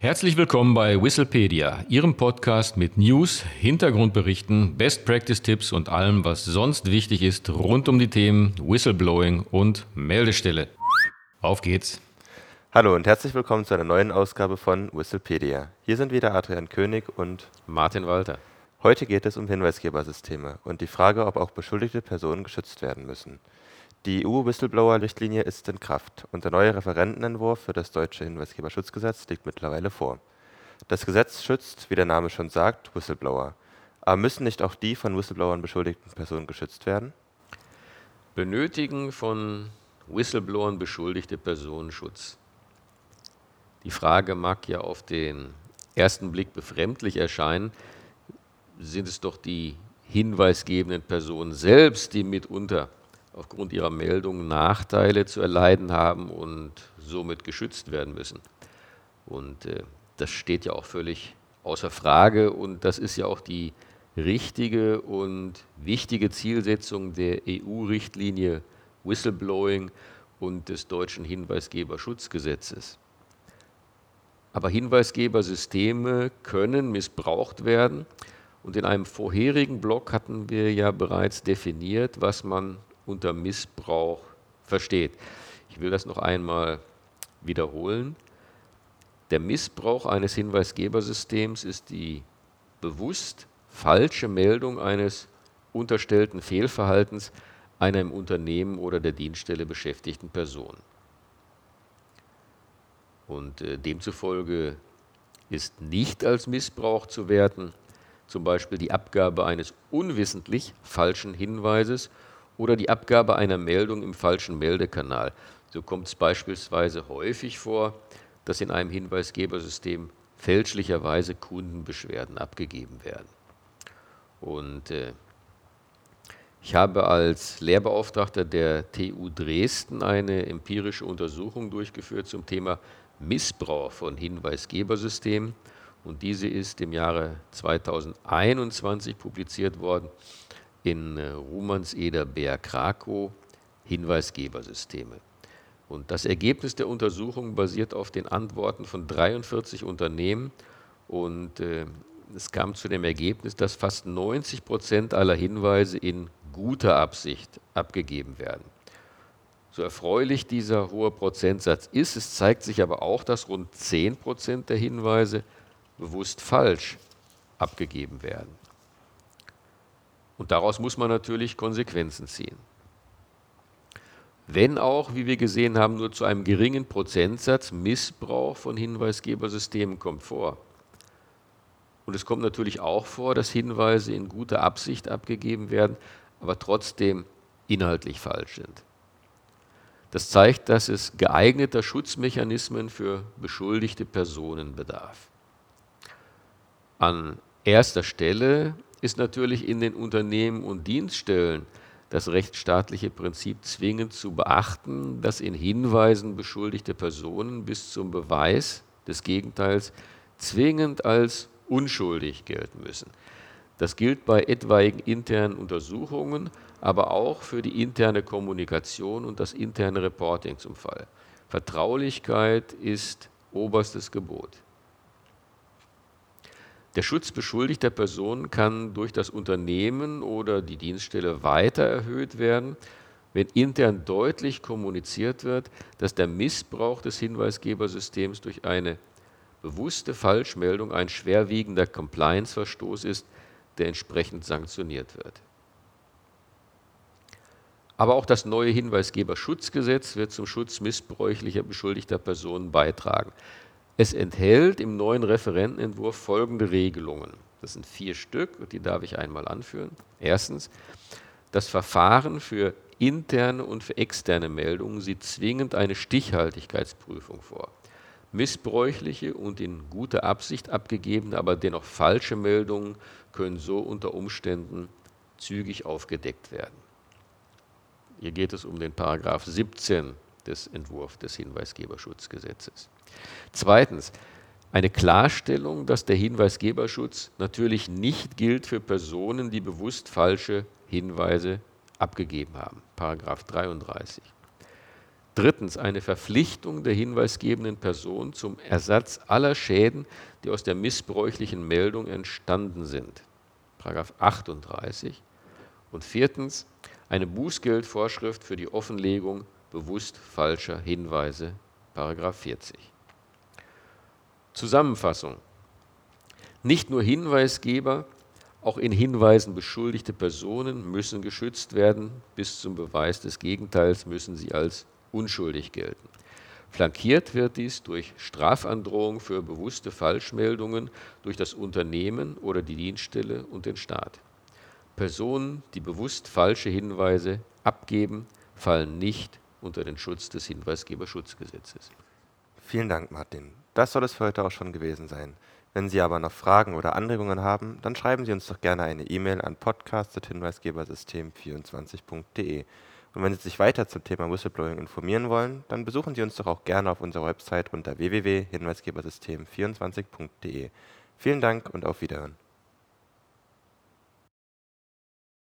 Herzlich willkommen bei Whistlepedia, Ihrem Podcast mit News, Hintergrundberichten, Best-Practice-Tipps und allem, was sonst wichtig ist rund um die Themen Whistleblowing und Meldestelle. Auf geht's! Hallo und herzlich willkommen zu einer neuen Ausgabe von Whistlepedia. Hier sind wieder Adrian König und Martin Walter. heute geht es um Hinweisgebersysteme und die Frage, ob auch beschuldigte Personen geschützt werden müssen. Die EU-Whistleblower-Richtlinie ist in Kraft und der neue Referentenentwurf für das deutsche Hinweisgeberschutzgesetz liegt mittlerweile vor. Das Gesetz schützt, wie der Name schon sagt, Whistleblower. Aber müssen nicht auch die von Whistleblowern beschuldigten Personen geschützt werden? Benötigen von Whistleblowern beschuldigte Personen Schutz? Die Frage mag ja auf den ersten Blick befremdlich erscheinen, sind es doch die hinweisgebenden Personen selbst, die mitunter aufgrund ihrer Meldung Nachteile zu erleiden haben und somit geschützt werden müssen. Und das steht ja auch völlig außer Frage und das ist ja auch die richtige und wichtige Zielsetzung der EU-Richtlinie Whistleblowing und des deutschen Hinweisgeberschutzgesetzes. Aber Hinweisgebersysteme können missbraucht werden und in einem vorherigen Blog hatten wir ja bereits definiert, was man unter Missbrauch versteht. Ich will das noch einmal wiederholen. Der Missbrauch eines Hinweisgebersystems ist die bewusst falsche Meldung eines unterstellten Fehlverhaltens einer im Unternehmen oder der Dienststelle beschäftigten Person. Und demzufolge ist nicht als Missbrauch zu werten, zum Beispiel die Abgabe eines unwissentlich falschen Hinweises oder die Abgabe einer Meldung im falschen Meldekanal. So kommt es beispielsweise häufig vor, dass in einem Hinweisgebersystem fälschlicherweise Kundenbeschwerden abgegeben werden. Und ich habe als Lehrbeauftragter der TU Dresden eine empirische Untersuchung durchgeführt zum Thema Missbrauch von Hinweisgebersystemen. Und diese ist im Jahre 2021 publiziert worden in Rumanseder Bär Krakow, Hinweisgebersysteme. Und das Ergebnis der Untersuchung basiert auf den Antworten von 43 Unternehmen und es kam zu dem Ergebnis, dass fast 90% aller Hinweise in guter Absicht abgegeben werden. So erfreulich dieser hohe Prozentsatz ist, es zeigt sich aber auch, dass rund 10% der Hinweise bewusst falsch abgegeben werden. Und daraus muss man natürlich Konsequenzen ziehen. Wenn auch, wie wir gesehen haben, nur zu einem geringen Prozentsatz Missbrauch von Hinweisgebersystemen kommt vor. Und es kommt natürlich auch vor, dass Hinweise in guter Absicht abgegeben werden, aber trotzdem inhaltlich falsch sind. Das zeigt, dass es geeigneter Schutzmechanismen für beschuldigte Personen bedarf. An erster Stelle ist natürlich in den Unternehmen und Dienststellen das rechtsstaatliche Prinzip zwingend zu beachten, dass in Hinweisen beschuldigte Personen bis zum Beweis des Gegenteils zwingend als unschuldig gelten müssen. Das gilt bei etwaigen internen Untersuchungen, aber auch für die interne Kommunikation und das interne Reporting zum Fall. Vertraulichkeit ist oberstes Gebot. Der Schutz beschuldigter Personen kann durch das Unternehmen oder die Dienststelle weiter erhöht werden, wenn intern deutlich kommuniziert wird, dass der Missbrauch des Hinweisgebersystems durch eine bewusste Falschmeldung ein schwerwiegender Compliance-Verstoß ist, der entsprechend sanktioniert wird. Aber auch das neue Hinweisgeberschutzgesetz wird zum Schutz missbräuchlicher beschuldigter Personen beitragen. Es enthält im neuen Referentenentwurf folgende Regelungen. Das sind 4 Stück und die darf ich einmal anführen. Erstens, das Verfahren für interne und für externe Meldungen sieht zwingend eine Stichhaltigkeitsprüfung vor. Missbräuchliche und in guter Absicht abgegebene, aber dennoch falsche Meldungen können so unter Umständen zügig aufgedeckt werden. Hier geht es um den Paragraph 17 des Entwurfs des Hinweisgeberschutzgesetzes. Zweitens, eine Klarstellung, dass der Hinweisgeberschutz natürlich nicht gilt für Personen, die bewusst falsche Hinweise abgegeben haben. Paragraph 33. Drittens, eine Verpflichtung der hinweisgebenden Person zum Ersatz aller Schäden, die aus der missbräuchlichen Meldung entstanden sind. § 38. Und viertens, eine Bußgeldvorschrift für die Offenlegung bewusst falscher Hinweise. § 40. Zusammenfassung. Nicht nur Hinweisgeber, auch in Hinweisen beschuldigte Personen müssen geschützt werden. Bis zum Beweis des Gegenteils müssen sie als unschuldig gelten. Flankiert wird dies durch Strafandrohung für bewusste Falschmeldungen durch das Unternehmen oder die Dienststelle und den Staat. Personen, die bewusst falsche Hinweise abgeben, fallen nicht unter den Schutz des Hinweisgeberschutzgesetzes. Vielen Dank, Martin. Das soll es für heute auch schon gewesen sein. Wenn Sie aber noch Fragen oder Anregungen haben, dann schreiben Sie uns doch gerne eine E-Mail an podcast@hinweisgebersystem24.de. Und wenn Sie sich weiter zum Thema Whistleblowing informieren wollen, dann besuchen Sie uns doch auch gerne auf unserer Website unter www.hinweisgebersystem24.de. Vielen Dank und auf Wiederhören.